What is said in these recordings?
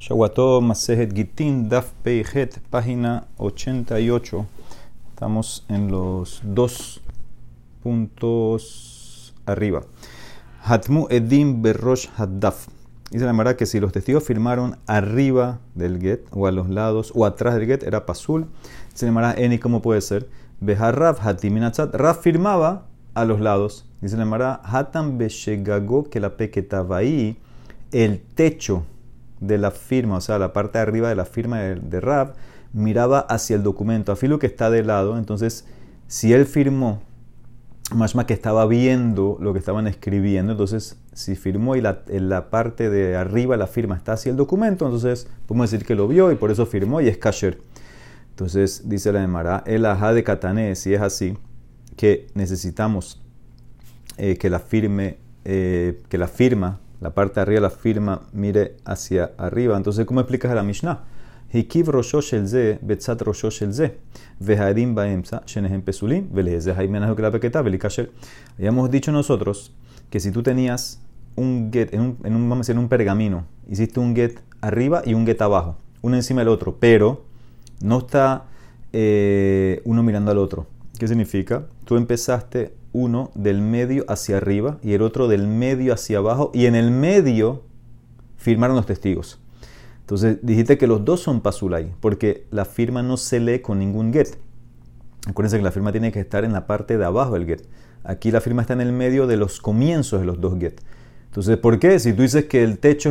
Shawato Masejet Gitin, Daf Peijet, página 88. Estamos en los dos puntos arriba. Hatmu Edim Berrosh Haddaf. Dice la Gemara que si los testigos firmaron arriba del get, o a los lados, o atrás del get, era pasul. Dice la Gemara, Eni, ¿cómo puede ser? Beharrav Hatiminatzat. Rav firmaba a los lados. Dice la Gemara, Hatam Beshegago, que la pequetavaí, el techo de la firma, o sea, la parte de arriba de la firma de Rav, miraba hacia el documento, a filo que está de lado. Entonces, si él firmó, más que estaba viendo lo que estaban escribiendo, entonces, si firmó y en la parte de arriba la firma está hacia el documento, entonces podemos decir que lo vio y por eso firmó y es kasher. Entonces, dice la Gemara, el ajá de Katané, si es así, que necesitamos que la firma, la parte de arriba de la firma, mire hacia arriba. Entonces, ¿cómo explicas a la Mishnah? Hikiv rosho shel ze, betzat rosho shel ze, vehadim baemsa, shenehem pesulim, veleze haimenahu que la pequeta, velikasher. Habíamos dicho nosotros que si tú tenías un get, vamos a decir, en un pergamino, hiciste un get arriba y un get abajo, uno encima del otro, pero no está uno mirando al otro. ¿Qué significa? Tú empezaste uno del medio hacia arriba y el otro del medio hacia abajo, y en el medio firmaron los testigos. Entonces dijiste que los dos son pasulay, porque la firma no se lee con ningún get. Acuérdense que la firma tiene que estar en la parte de abajo del get. Aquí la firma está en el medio de los comienzos de los dos get. Entonces, ¿por qué? Si tú dices que el techo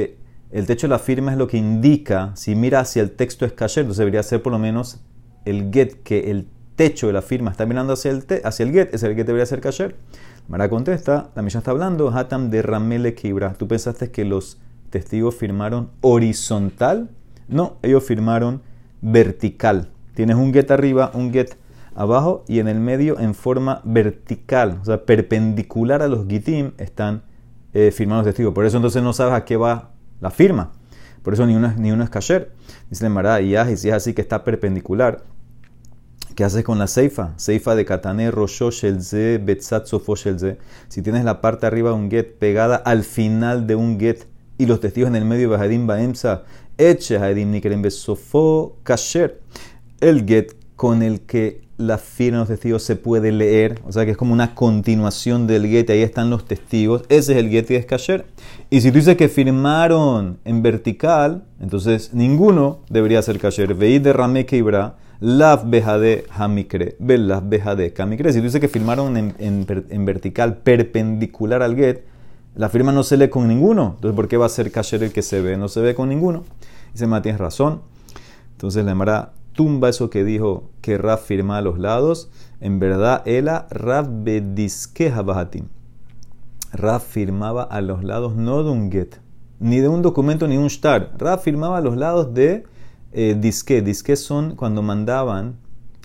de la firma es lo que indica, si mira hacia el texto es kasher, entonces debería ser por lo menos el get, que el techo de la firma está mirando hacia el get, es el get debería ser kasher. Mara contesta, la Mishnah está hablando, Hatam de Ramele Kibra. ¿Tú pensaste que los testigos firmaron horizontal? No, ellos firmaron vertical. Tienes un get arriba, un get abajo, y en el medio en forma vertical, o sea, perpendicular a los gitim, están firmando los testigos. Por eso entonces no sabes a qué va la firma. Por eso ni uno es kasher. Dice la Mara, y si es así que está perpendicular, ¿qué haces con la seifa? Seifa de Katané, Rosho Shel Ze, Betzat Sofo Shel Ze. Si tienes la parte de arriba de un get pegada al final de un get y los testigos en el medio, Bahadim Baemsa, Eche Hadim Nikerem Besofo Kasher. El get con el que la firma de los testigos se puede leer, o sea que es como una continuación del get, ahí están los testigos, ese es el get y es kasher. Y si tú dices que firmaron en vertical, entonces ninguno debería ser kasher. Veid de Rame Keibra, Lav Behade Hamikre, Belav Behade Kamikre. Si tú dices que firmaron en vertical, perpendicular al get, la firma no se lee con ninguno. Entonces, ¿por qué va a ser kasher el que se ve? No se ve con ninguno. Dice, tienes razón. Entonces, la Gemara tumba eso que dijo que Rav firma a los lados. En verdad, ela Rav bediskeha bahatim. Rav firmaba a los lados no de un get, ni de un documento, ni un shtar. Rav firmaba a los lados de disque. Disque son cuando mandaban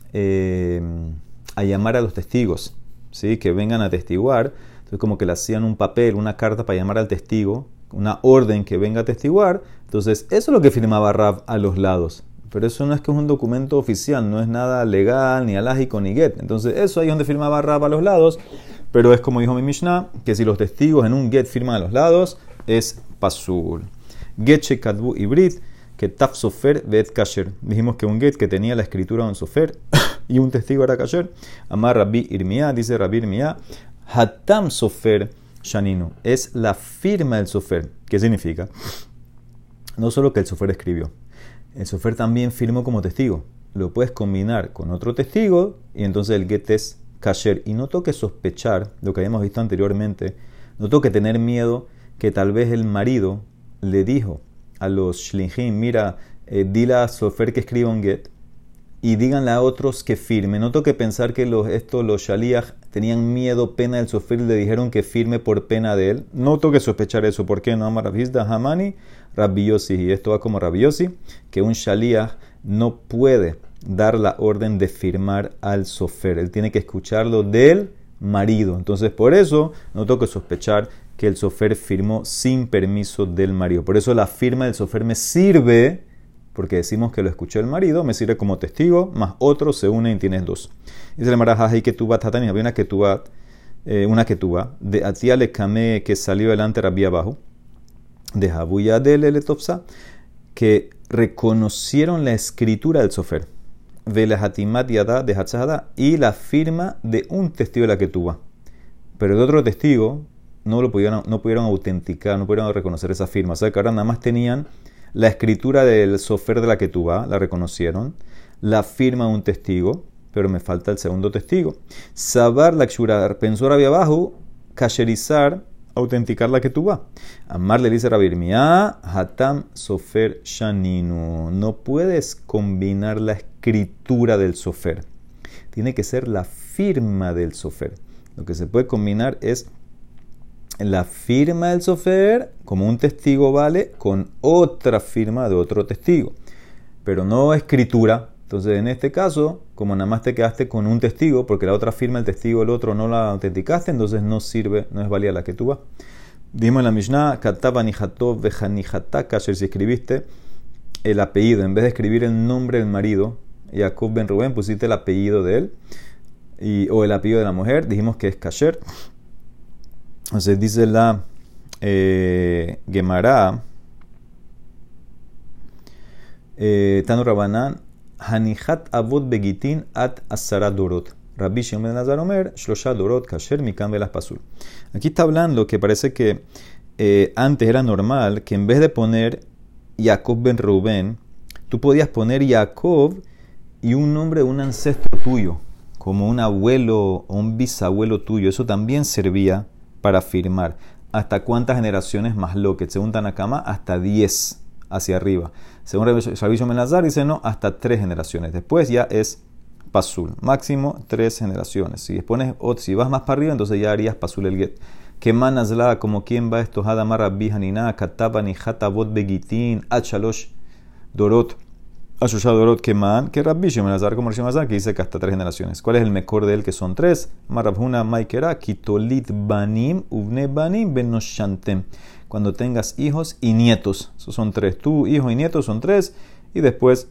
a llamar a los testigos, ¿sí? Que vengan a testiguar. Entonces como que le hacían un papel, una carta para llamar al testigo, una orden que venga a testiguar. Entonces eso es lo que firmaba Rav a los lados. Pero eso no es que es un documento oficial, no es nada legal, ni alágico, ni get. Entonces eso ahí es donde firmaba Rav a los lados. Pero es como dijo mi Mishnah, que si los testigos en un get firman a los lados, es pasul. Get shekadbu ibrit, que taf sofer vet kasher. Dijimos que un get que tenía la escritura de un sofer y un testigo era kasher. Amar Rabbi Irmiyah, dice Rabbi Irmiyah, Hatam sofer shaninu, es la firma del sofer. ¿Qué significa? No solo que el sofer escribió, el sofer también firmó como testigo. Lo puedes combinar con otro testigo y entonces el get es kasher. Y no toque sospechar lo que habíamos visto anteriormente, no toque tener miedo que tal vez el marido le dijo a los shlingim, mira, dile a sofer que escriba un get y díganle a otros que firme. No toque pensar que los shaliach tenían miedo, pena del sofer y le dijeron que firme por pena de él. No toque sospechar eso. ¿Por qué no? Amar Rabhizda Hamani Rabbi Yossi. Y esto va como Rabbi Yossi, que un shaliach no puede dar la orden de firmar al sofer. Él tiene que escucharlo del marido. Entonces, por eso no toque sospechar que el sofer firmó sin permiso del marido. Por eso la firma del sofer me sirve, porque decimos que lo escuchó el marido, me sirve como testigo, más otro se une y tienes dos. Dice la Mara, y ketubat hatani, había una ketuba de Atia le Kame que salió delante Rabbi abajo, de Habuya de Leletopsa, que reconocieron la escritura del sofer, de la hatimat yadá de Hatzahadá, y la firma de un testigo de la ketubá. Pero de otro testigo no pudieron autenticar, no pudieron reconocer esa firma. O sea que ahora nada más tenían la escritura del sofer de la ketubá, la reconocieron, la firma de un testigo, pero me falta el segundo testigo. Sabar la kshurar, pensó Rabbi abajo, kasherizar, autenticar la ketubá. Amar le dice Rabbi Irmía, hatam sofer shaninu. No puedes combinar la escritura del sofer. Tiene que ser la firma del sofer. Lo que se puede combinar es la firma del sofer, como un testigo vale, con otra firma de otro testigo. Pero no escritura. Entonces, en este caso, como nada más te quedaste con un testigo, porque la otra firma, el testigo, el otro no la autenticaste, entonces no sirve, no es válida la ketubá. Dijimos en la Mishnah, kataba nijatov vejanijatá, kasher, si escribiste el apellido, en vez de escribir el nombre del marido, Jacob ben Rubén, pusiste el apellido de él, o el apellido de la mujer, dijimos que es kasher. Entonces dice la Gemara, Tanu Rabanán, Hanijat avot begitin at asara dorot. Rabbi Shimon ben Elazar omer, shlosha dorot kasher mikan velas pasul. Aquí está hablando que parece que antes era normal que en vez de poner Jacob ben Rubén, tú podías poner Jacob y un nombre de un ancestro tuyo, como un abuelo o un bisabuelo tuyo. Eso también servía para firmar. ¿Hasta cuántas generaciones más lo que según Tanakama? Hasta 10 hacia arriba. Según Rabbi Shimon ben Elazar dice no, hasta 3 generaciones. Después ya es pasul. Máximo 3 generaciones. Si vas más para arriba, entonces ya harías pasul el get. Que manazla, como quien va esto, Hadamar Rabbi Hanina, Kataba Nijata Bot Begitin, Achalosh Dorot, Ashusha Dorot Keman, que Rabbi Shimon ben Elazar, como Rabbi Shimon ben Elazar, que dice que hasta 3 generaciones. ¿Cuál es el mejor de él? Que son 3. Marabhuna Maikera, Kitolit Banim, Uvne Banim, Benoshantem. Cuando tengas hijos y nietos. Esos son 3. Tú, hijo y nietos son 3. Y después,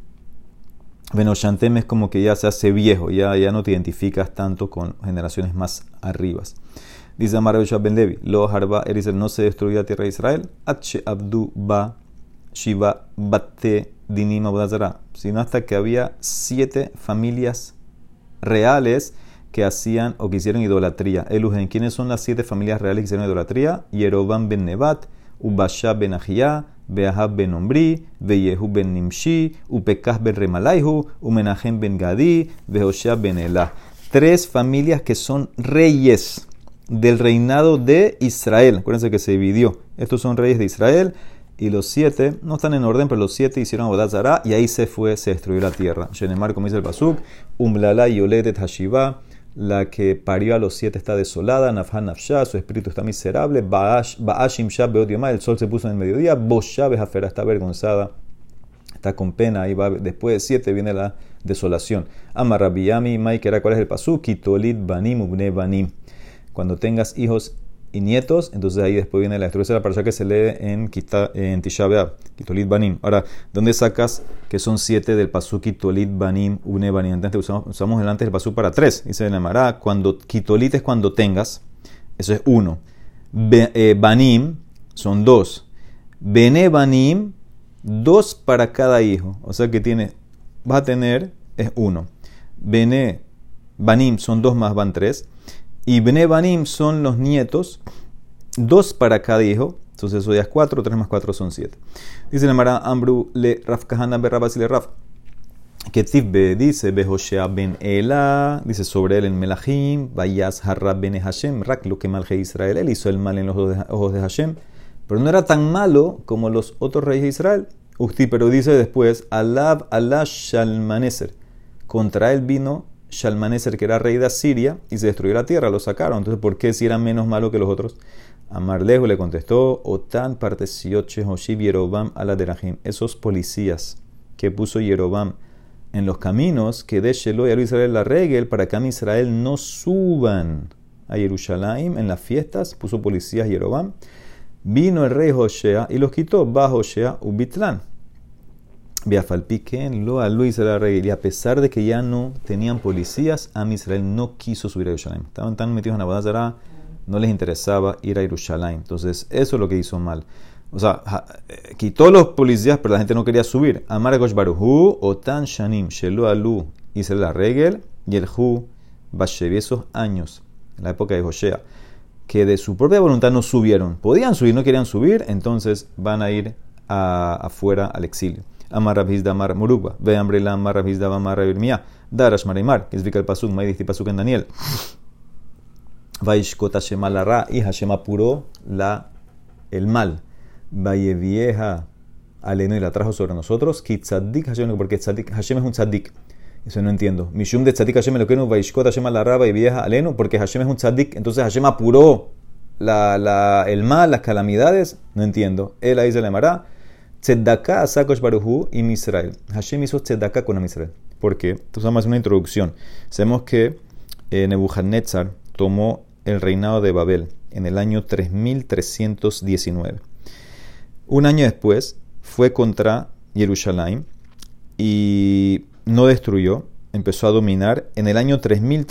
Benoshantem es como que ya se hace viejo. Ya no te identificas tanto con generaciones más arriba. Dice Amar Rabbi ben Levi, Lo Harba Erizel, no se destruyó la tierra de Israel. Atche Abdu Ba Shiva Bate Dinim Abodazara. Sino hasta que había 7 familias reales que hacían o que hicieron idolatría. Elugen, ¿quiénes son las 7 familias reales que hicieron idolatría? Yerobam ben Nebat, Ubasha ben Ahiyah, Beahab ben Omri, Beyehu ben Nimshi, Upekah ben Remalaihu, Umenahem ben Gadi, Behoshea ben Elah. 3 familias que son reyes del reinado de Israel. Acuérdense que se dividió. Estos son reyes de Israel. Y los 7, no están en orden, pero los 7 hicieron Avodat Zará y ahí se destruyó la tierra. Shenemar, como dice el Pasuk, Umlala Yoledet Hashiva, la que parió a los 7 está desolada, Nafhan Nafsha, su espíritu está miserable, Ba'ashim Shab Beot Yomá, el sol se puso en el mediodía, Boshab Hafera, está avergonzada, está con pena, ahí va, después de 7 viene la desolación. Amar Rabiyami, Maikera, ¿cuál es el Pasuk? Kitolit Banim Ubne Banim. Cuando tengas hijos y nietos, entonces ahí después viene la destrucción de la parasha que se lee en Tisha B'Av, Kitolit Banim. Ahora, ¿dónde sacas que son 7 del pasuk Kitolit Banim, Une Banim? Entonces usamos delante del pasuk para 3. Dice en la Mará, cuando Kitolit es cuando tengas, eso es 1. Banim son 2. Bene Banim, 2 para cada hijo. O sea que vas a tener, es 1. Bene Banim son 2 más, van 3. Y Bene Banim son los nietos, 2 para cada hijo. Entonces eso ya es 4, 3 más 4 son 7. Dice la Mara Ambru le Raf Kahana Berrabas y le Raf. Que Tifbe dice Behoshea ben Ela, dice sobre él en Melahim, Vayas Harra ben Hashem, Rak lo que malje Israel. Él hizo el mal en los ojos de Hashem, pero no era tan malo como los otros reyes de Israel. Pero dice después, Alab Allah Shalmaneser. Contra él vino Shalmaneser, que era rey de Asiria, y se destruyó la tierra, lo sacaron. Entonces, ¿por qué si era menos malo que los otros? Amarlejo le contestó, Otan partesioche Hoshib Yerobam ala derahim. Esos policías que puso Yerobam en los caminos, que de Shelo y a Israel la regel para que a Israel no suban a Jerusalén en las fiestas, puso policías Yerobam. Vino el rey Hoshea y los quitó, bajo Hoshea Ubitlán. Beafalpiken lo a Luis la regla. Y a pesar de que ya no tenían policías, a Israel no quiso subir a Jerusalén. Estaban tan metidos en Avodat Zará, no les interesaba ir a Jerusalén. Entonces, eso es lo que hizo mal. O sea, quitó los policías, pero la gente no quería subir. Amar Gosh Baruhu, Otan Shanim, Shelu Alu, Israel la Regel, y el Hu, Bashevi, esos años, en la época de Joshea, que de su propia voluntad no subieron. Podían subir, no querían subir, entonces van a ir afuera al exilio. Amar Rabhizda Amar Murugba, ve Ambrela Amar Rabhizda Amar Rabirmia, Darash Marimar, que explica el pasuk, Maiditi pasuk en Daniel. Vaishkot Hashem la Ra, y Hashem apuró el mal. Vayevieja aleno y la trajo sobre nosotros. Ki tzaddik Hashem, porque Hashem es un tzaddik. Eso no entiendo. Mishum de tzaddik Hashem lo que no vaishkot Hashem la Ra, vayevieja aleno, porque Hashem es un tzaddik. Entonces Hashem apuró el mal, las calamidades. No entiendo. Él ahí se le llamará tzedaka asakosh baruhu y Israel. Hashem hizo tzedaka con Israel. ¿Por qué? Entonces vamos a hacer una introducción. Sabemos que Nebuchadnezzar tomó el reinado de Babel en el año 3319. Un año después fue contra Jerusalén y no destruyó, empezó a dominar. En el año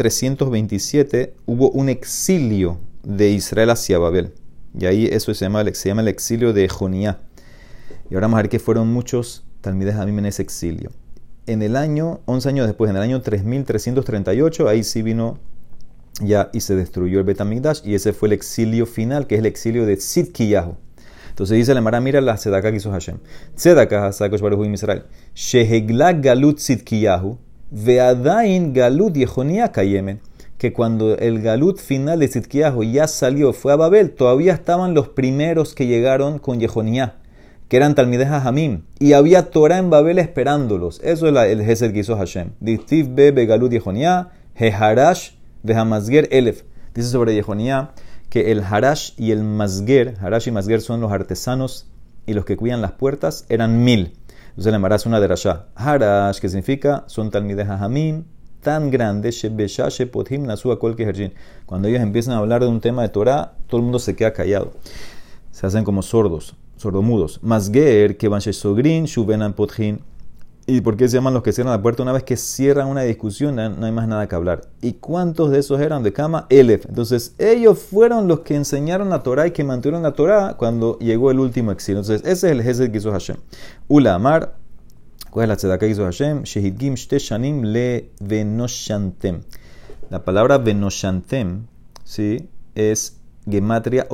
3327 hubo un exilio de Israel hacia Babel. Y ahí eso se llama el exilio de Jonías. Y ahora vamos a ver que fueron muchos talmides Jamim en ese exilio. En el año, 11 años después, en el año 3338, ahí sí vino ya y se destruyó el Bet HaMikdash, y ese fue el exilio final, que es el exilio de Tzidkiyahu. Entonces dice la Mara, mira la tzedakah que hizo Hashem. Tzedakah hasakosh baruhu im Israel. Shehegla galut Tzidkiyahu, ve'adain galut Yehonia kayemen. Que cuando el galut final de Tzidkiyahu ya salió, fue a Babel, todavía estaban los primeros que llegaron con Yehonia, que eran talmidei Jamim, y había Torah en Babel esperándolos. Eso es el Gesed que hizo Hashem. Dictiv be galut Yehonia, heharash vehamazger elef. Dice sobre Yehonia que el harash y el mazger, harash y mazger son los artesanos y los que cuidan las puertas, eran 1000. Entonces le embaraza una derashá. Harash, que significa, son talmidei Jamim tan grandes, shebesha shepothim nasua kol keherjin. Cuando ellos empiezan a hablar de un tema de Torah, todo el mundo se queda callado. Se hacen como sordomudos. Mazger, que van shesogrin, shuvenan pothin. ¿Y por qué se llaman los que cierran la puerta? Una vez que cierran una discusión, no hay más nada que hablar. ¿Y cuántos de esos eran de Kama? Elef. Entonces, ellos fueron los que enseñaron la Torah y que mantuvieron la Torah cuando llegó el último exilio. Entonces, ese es el Gesed que hizo Hashem. Ula Amar, ¿cuál es la tzedakah que hizo Hashem? Shehidgim shte shanim le venoshantem. La palabra venoshantem, ¿sí?, es gematria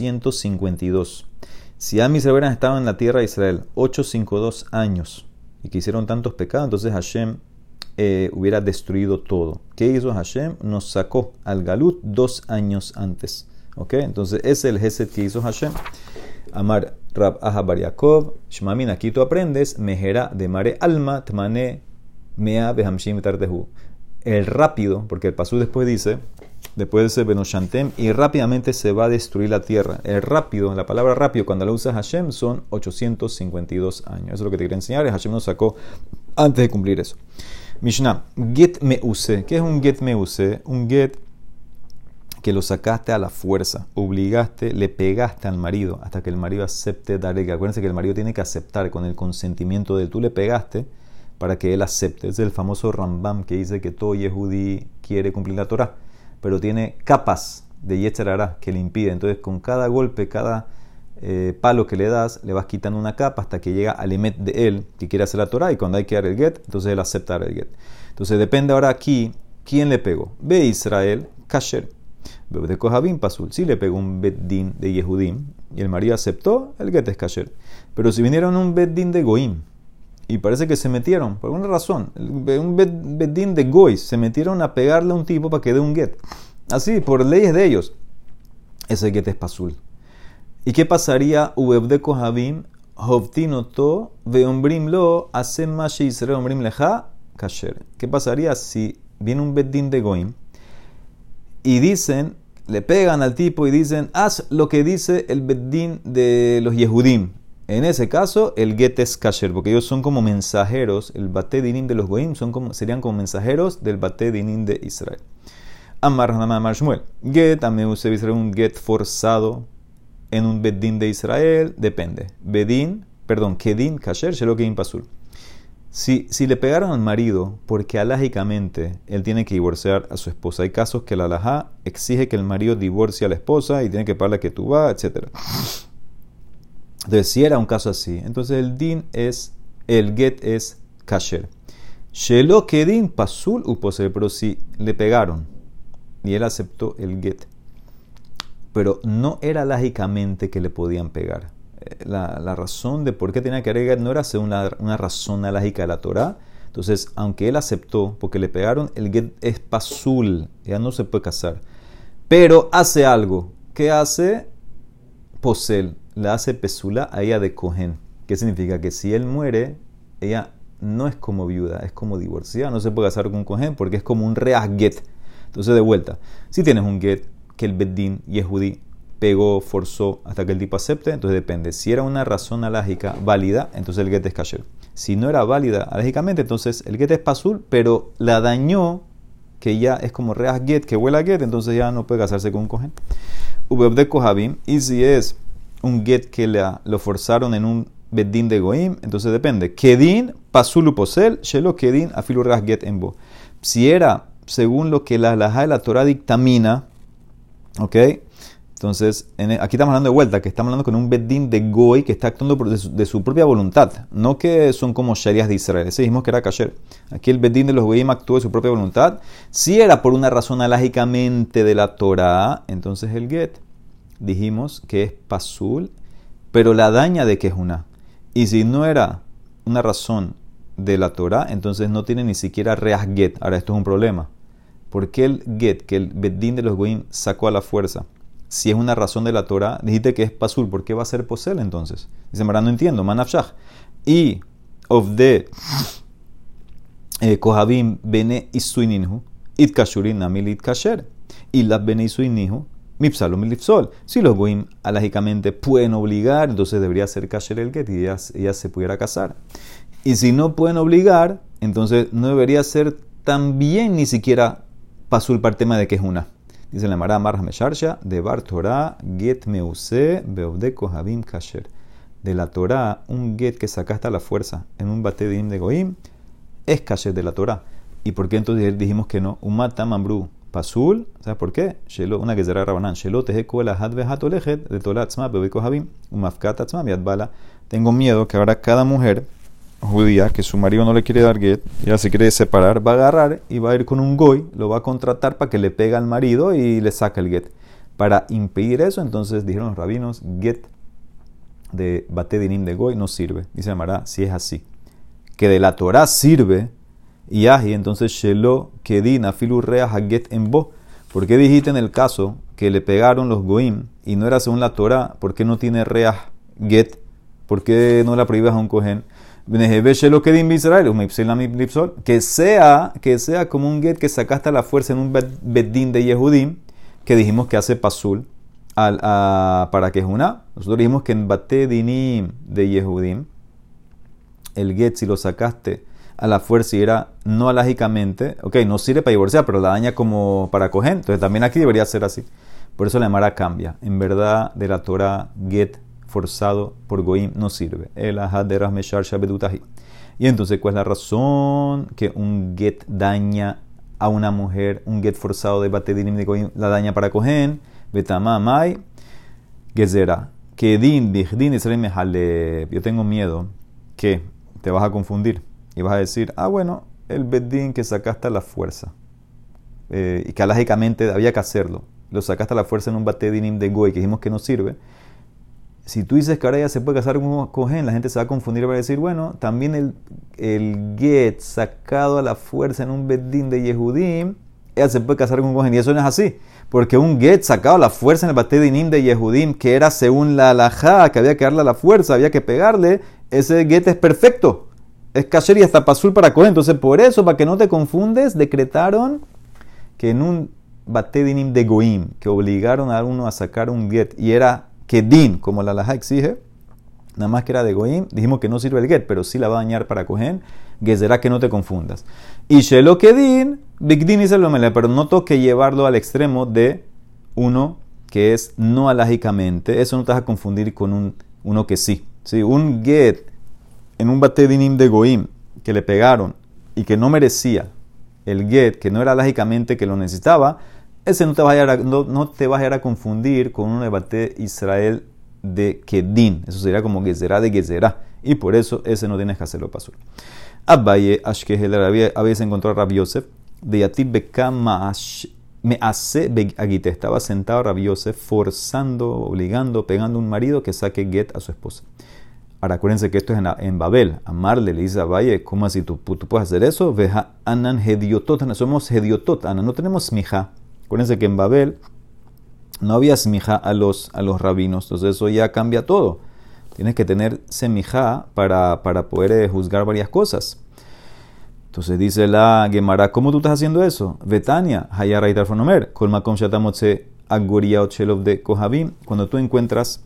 852. Si Am Israel hubieran estado en la tierra de Israel 852 años y que hicieron tantos pecados, entonces Hashem hubiera destruido todo. ¿Qué hizo Hashem? Nos sacó al Galut 2 años antes. ¿Ok? Entonces ese es el Gesed que hizo Hashem. Amar Rab Aha Bar Yaakov, Shmamin, aquí tú aprendes, Mejera de Mare Alma, Tmane Mea Behamshim Tardehu. El rápido, porque el pasú después dice, después de ese Benoshantem, y rápidamente se va a destruir la tierra. El rápido, la palabra rápido, cuando la usa Hashem, son 852 años. Eso es lo que te quería enseñar, y Hashem nos sacó antes de cumplir eso. Mishnah, Get Meuse. ¿Qué es un Get Meuse? Un Get que lo sacaste a la fuerza, obligaste, le pegaste al marido hasta que el marido acepte darle. Acuérdense que el marido tiene que aceptar con el consentimiento de él. Tú le pegaste para que él acepte. Es el famoso Rambam que dice que todo Yehudí quiere cumplir la Torah, pero tiene capas de Yetzer Hara que le impide. Entonces, con cada golpe, cada palo que le das, le vas quitando una capa hasta que llega al emet de él, que quiere hacer la Torah, y cuando hay que dar el get, entonces él acepta dar el get. Entonces, depende ahora aquí, ¿quién le pegó? Be Israel, kasher. De Kohabim Pasul, si le pegó un beddin de Yehudim y el marido aceptó, el get es kasher. Pero si vinieron un beddin de Goim y parece que se metieron, por alguna razón, un beddin de Goy, se metieron a pegarle a un tipo para que dé un get, así, por leyes de ellos, ese get es Pasul. ¿Y qué pasaría? De Kohabim, Hovtinoto, Veombrim lo, Asem Mashi Israel, Ombrim leja, kasher. ¿Qué pasaría si viene un beddin de Goim y dicen, le pegan al tipo y dicen, haz lo que dice el beddin de los Yehudim? En ese caso, el get es kasher, porque ellos son como mensajeros. El bate dinim de los goim serían como mensajeros del bate dinim de Israel. Amar Amar Shmuel. Get, ameu se dice un get forzado en un beddin de Israel, depende. Kedin, kasher, shelo kein pasul. Si le pegaron al marido, porque alágicamente él tiene que divorciar a su esposa. Hay casos que la alajá exige que el marido divorcie a la esposa y tiene que pagarle que tú vas, etc. Entonces, si era un caso así, entonces el get es kasher. Shelo kedin pasul upose, pero si le pegaron y él aceptó el get, pero no era lágicamente que le podían pegar. La razón de por qué tenía que agregar no era según una razón lógica de la Torá. Entonces, aunque él aceptó porque le pegaron, el get es pasul, ya no se puede casar. Pero hace algo. ¿Qué hace? Posel, le hace pesula a ella de cohen. ¿Qué significa? Que si él muere, ella no es como viuda, es como divorciada. No se puede casar con un cohen porque es como un reas get. Entonces, de vuelta, si tienes un get que el Beddin Yehudi pegó, forzó hasta que el tipo acepte, entonces depende. Si era una razón alágica válida, entonces el get es kasher. Si no era válida alágicamente, entonces el get es pasul, pero la dañó, que ya es como reas get, que huele a get, entonces ya no puede casarse con un cohen. Ubeb de kohabim, y si es un get que lo forzaron en un Beddin de goim, entonces depende. Kedin, pasul posel, shelo kedin, afilu reas get en bo. Si era según lo que la halajá de la Torah dictamina, ¿ok? Entonces, aquí estamos hablando de vuelta, que estamos hablando con un Beddin de Goy que está actuando de su propia voluntad, no que son como sharias de Israel. Ese dijimos que era kasher. Aquí el Beddin de los Goyim actuó de su propia voluntad. Si era por una razón alágicamente de la Torah, entonces el get, dijimos que es pasul, pero la daña de que es una. Y si no era una razón de la Torah, entonces no tiene ni siquiera reas get. Ahora, esto es un problema. ¿Por qué el get que el Beddin de los Goyim sacó a la fuerza? Si es una razón de la Torah, dijiste que es pasul, ¿por qué va a ser posel entonces? Dice, Mará, no entiendo, manafshach. Y of the kohabim bene isuininhu, it kashurin namil it kasher. Y las bene isuinihu, mipsalom milipsol. Si los goim alágicamente pueden obligar, entonces debería ser kasher el get y ella se pudiera casar. Y si no pueden obligar, entonces no debería ser también ni siquiera pasul para el tema de que es una. Dice la Mara Marja Mesharsha, de Bar Torah, get meuse, beobde kohabim kasher. De la Torah, un get que sacaste a la fuerza en un bate de goim, es kasher de la Torah. ¿Y por qué entonces dijimos que no? Umata mamru pasul, ¿sabes por qué? Shelo, una que será Rabanán. Shelo tejeku el ahad vehat olejet, de Torah tzma, beobde kohabim, umafkat tzma, miad bala. Tengo miedo que ahora cada mujer judía que su marido no le quiere dar get, ya se quiere separar, va a agarrar y va a ir con un goy, lo va a contratar para que le pegue al marido y le saca el get. Para impedir eso, entonces dijeron los rabinos, get de bate dinim de goy no sirve. Dice Mará, si es así, que de la Torah sirve, y aji, entonces shelo kedin afilu reas a get en bo. ¿Por qué dijiste en el caso que le pegaron los goim y no era según la Torah? ¿Por qué no tiene reas get? ¿Por qué no la prohíbes a un cohen? Que sea como un get que sacaste a la fuerza en un Beddin de Yehudim, que dijimos que hace pasul para que es una. Nosotros dijimos que en Bate Dinim de Yehudim, el get, si lo sacaste a la fuerza y era no alágicamente, ok, no sirve para divorciar, pero la daña como para coger. Entonces también aquí debería ser así. Por eso la Mara cambia. En verdad, de la Torah, get forzado por goim no sirve. El ahad de rasmeshar shabedutahi. Y entonces, ¿cuál es la razón que un get daña a una mujer? Un get forzado de batedinim de goim la daña para cohen. Betama mai gezera. Kedin bichdin israel mehaleb. Yo tengo miedo que te vas a confundir y vas a decir, bueno, el bedín que sacaste a la fuerza y que alágicamente había que hacerlo, lo sacaste a la fuerza en un batedinim de goy que dijimos que no sirve. Si tú dices que ahora ya se puede casar con un cohen, la gente se va a confundir y va a decir, bueno, también el get sacado a la fuerza en un Beddin de Yehudim, ella se puede casar con un cohen. Y eso no es así. Porque un get sacado a la fuerza en el Batedinim de Yehudim, que era según la halajá, que había que darle a la fuerza, había que pegarle, ese get es perfecto. Es kasher y hasta pasul para cohen. Entonces, por eso, para que no te confundes, decretaron que en un Batedinim de Goim, que obligaron a uno a sacar un get, y era Kedin, como la halajá exige, nada más que era de goim, dijimos que no sirve el get, pero sí la va a dañar para cohen, gezerá que no te confundas. Y shelo kedin, bigdin y selomele, pero no toque llevarlo al extremo de uno que es no alágicamente, eso no te vas a confundir con uno que sí. ¿Sí? Un get en un batedinim de goim que le pegaron y que no merecía el get, que no era alágicamente que lo necesitaba, ese no te va a confundir con un debate Israel de Kedin. Eso sería como Gezerá de Gezerá. Y por eso ese no tienes que hacerlo pasul. Abaye, Ashkehel, había se encontró a Rabbi Yosef, de Yatib Bekama me hace Agite. Estaba sentado Rabbi Yosef forzando, obligando, pegando a un marido que saque get a su esposa. Ahora acuérdense que esto es en Babel. Amarle le dice a Valle, ¿cómo así tú puedes hacer eso? Veja anan hediotot, somos hediotot, anan, no tenemos smija. Acuérdense que en Babel no había smija a los rabinos, entonces eso ya cambia todo. Tienes que tener semijá para poder juzgar varias cosas. Entonces dice la Gemara, ¿cómo tú estás haciendo eso? Betania, Hayara y Tarfonomer, Kolmakom Shatamotse Agoria Ochelov de Kohabim. Cuando tú encuentras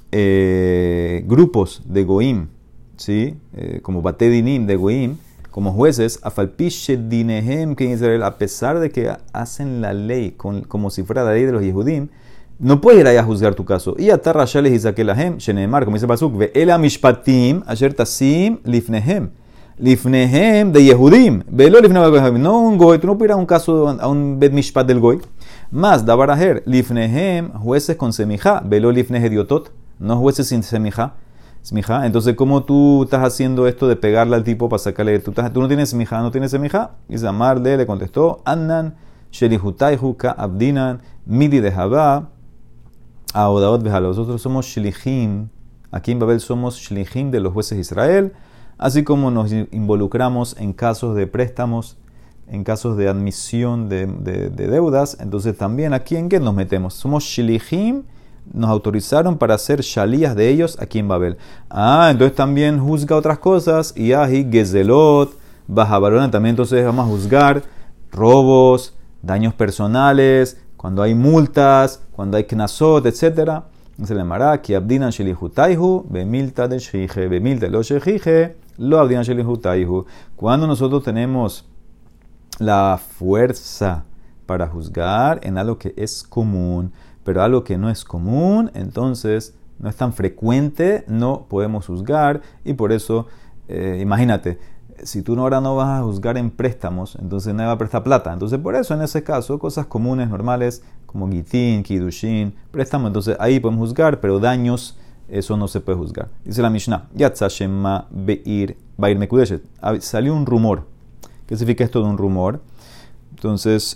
grupos de Goim, ¿sí? Como Batedinim de Goim, como jueces, Afalpishe Dinehem, que en Israel, a pesar de que hacen la ley como si fuera la ley de los Yehudim, no puedes ir allá a juzgar tu caso. Y atarrashales y saquelahem, shenemar, como dice Pasuk, ve el amishpatim, asher tasim lifnehem. Lifnehem de Yehudim. Velo lifnehem, no un goy, tú no puedes ir a un caso, a un bet mishpat del goy. Más, dabaraher, lifnehem, jueces con semijá, velo lifne hediotot, no jueces sin semijá. Entonces, ¿cómo tú estás haciendo esto de pegarle al tipo para sacarle? Tú no tienes semijá, no tienes semijá. Y Zamarle le contestó, Annan, Shelihutaihu, Ka Abdinan, Midi de Jabá, Aodaot Bejala. Nosotros somos Shlihim, aquí en Babel somos Shlihim de los jueces de Israel, así como nos involucramos en casos de préstamos, en casos de admisión de deudas, entonces también aquí en qué nos metemos. Somos Shlihim, nos autorizaron para hacer shalías de ellos aquí en Babel. Entonces también juzga otras cosas. Y ahi, gezelot, bajabarona, también entonces vamos a juzgar robos, daños personales, cuando hay multas, cuando hay knasot, etc. Se le llamará ki abdinan shelihutaihu, bemilta de shije, bemilta lo shejije, lo abdinan shelihutaihu. Cuando nosotros tenemos la fuerza para juzgar en algo que es común, pero algo que no es común, entonces no es tan frecuente, no podemos juzgar. Y por eso, imagínate, si tú ahora no vas a juzgar en préstamos, entonces nadie va a prestar plata. Entonces por eso, en ese caso, cosas comunes, normales, como gitín, kidushin, préstamo, entonces ahí podemos juzgar, pero daños, eso no se puede juzgar. Dice la Mishnah, Yatza Shema Beir Mekudeshet. Salió un rumor. ¿Qué significa esto de un rumor? Entonces,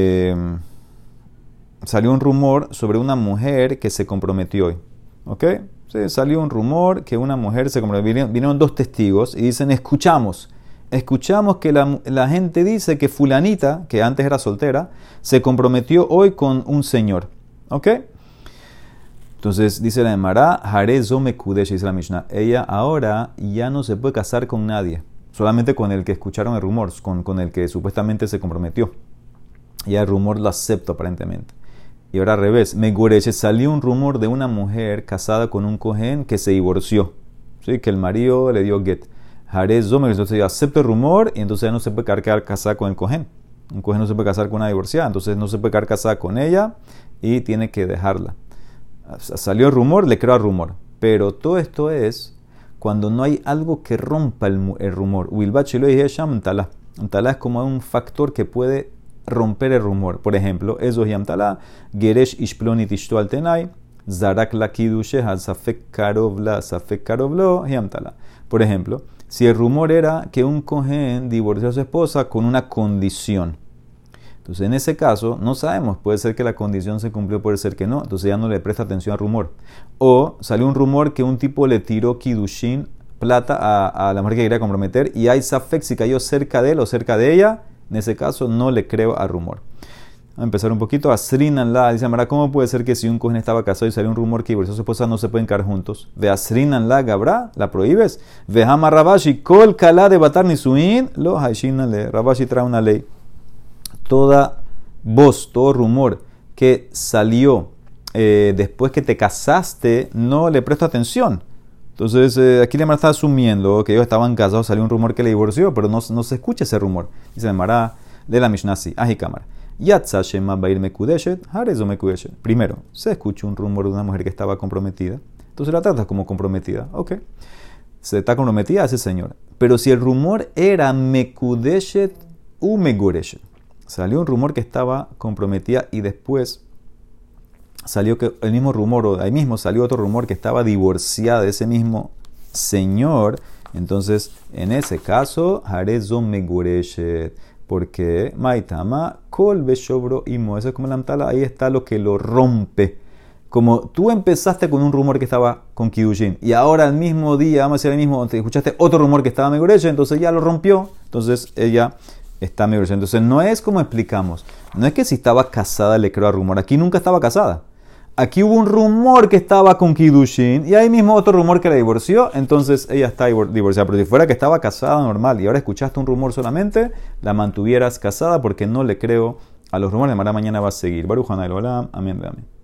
salió un rumor sobre una mujer que se comprometió hoy. ¿Ok? Sí, salió un rumor que una mujer se comprometió. Vinieron dos testigos y dicen, escuchamos que la gente dice que fulanita, que antes era soltera, se comprometió hoy con un señor. ¿Ok? Entonces dice la Emara, Harezo Mekudesh, dice la Mishnah, ella ahora ya no se puede casar con nadie, solamente con el que escucharon el rumor, con el que supuestamente se comprometió. Ya el rumor lo acepto aparentemente. Y ahora al revés, Megureche, salió un rumor de una mujer casada con un cohen que se divorció, ¿sí? Que el marido le dio get. Jarez Zomer, entonces yo acepto el rumor y entonces ya no se puede quedar casada con el cohen. Un cohen no se puede casar con una divorciada, entonces no se puede quedar casada con ella y tiene que dejarla. Salió el rumor, le creo al rumor. Pero todo esto es cuando no hay algo que rompa el rumor. Wilbachilo y Shamtala. Antala es como un factor que puede romper el rumor. Por ejemplo, eso es Yamtala, Geresh Ishplonit Ishto Altenai, Zarak la Kidushe, Safek Karovla, Safek Karovlo, Yamtala. Por ejemplo, si el rumor era que un cohen divorció a su esposa con una condición. Entonces, en ese caso, no sabemos, puede ser que la condición se cumplió, puede ser que no, entonces ya no le presta atención al rumor. O salió un rumor que un tipo le tiró Kidushin, plata, a la mujer que quería comprometer, y hay Safek si cayó cerca de él o cerca de ella. En ese caso, no le creo al rumor. Vamos a empezar un poquito. Asrinan la, dice Amara, ¿cómo puede ser que si un cohen estaba casado y salió un rumor que divorció a su esposa no se pueden quedar juntos? De Asrinan la Gabra, ¿la prohíbes? De Hama Rabashi, Kol Kala de Batar Nisuin, lo Haishina le. Rabashi trae una ley. Toda voz, todo rumor que salió después que te casaste, no le presto atención. Entonces, aquí la Mara está asumiendo que ellos estaban casados, salió un rumor que le divorció, pero no se escucha ese rumor. Dice la Mara de la Mishnah así, Ajikamar. Yatza Shema Bair Mekudeshet, Harezo Mekudeshet. Primero, se escucha un rumor de una mujer que estaba comprometida, entonces la tratas como comprometida. Ok, se está comprometida a ese señor. Pero si el rumor era Mekudeshet u Megureshet, salió un rumor que estaba comprometida y después salió que el mismo rumor, o ahí mismo salió otro rumor que estaba divorciada de ese mismo señor, entonces en ese caso, Harezon Megureshet, porque Maitama, Kol Beshobro Imo, eso es como la Amtala, ahí está lo que lo rompe. Como tú empezaste con un rumor que estaba con Kiddushin y ahora al mismo día, vamos a decir al mismo, te escuchaste otro rumor que estaba Megureshet, entonces ya lo rompió, entonces ella está Megureshet. Entonces no es como explicamos, no es que si estaba casada le creo al rumor, aquí nunca estaba casada. Aquí hubo un rumor que estaba con Kiddushin y ahí mismo otro rumor que la divorció, entonces ella está divorciada. Pero si fuera que estaba casada normal y ahora escuchaste un rumor solamente, la mantuvieras casada porque no le creo a los rumores. De mañana va a seguir. Baruch Hanay Olam. Amén. Amén.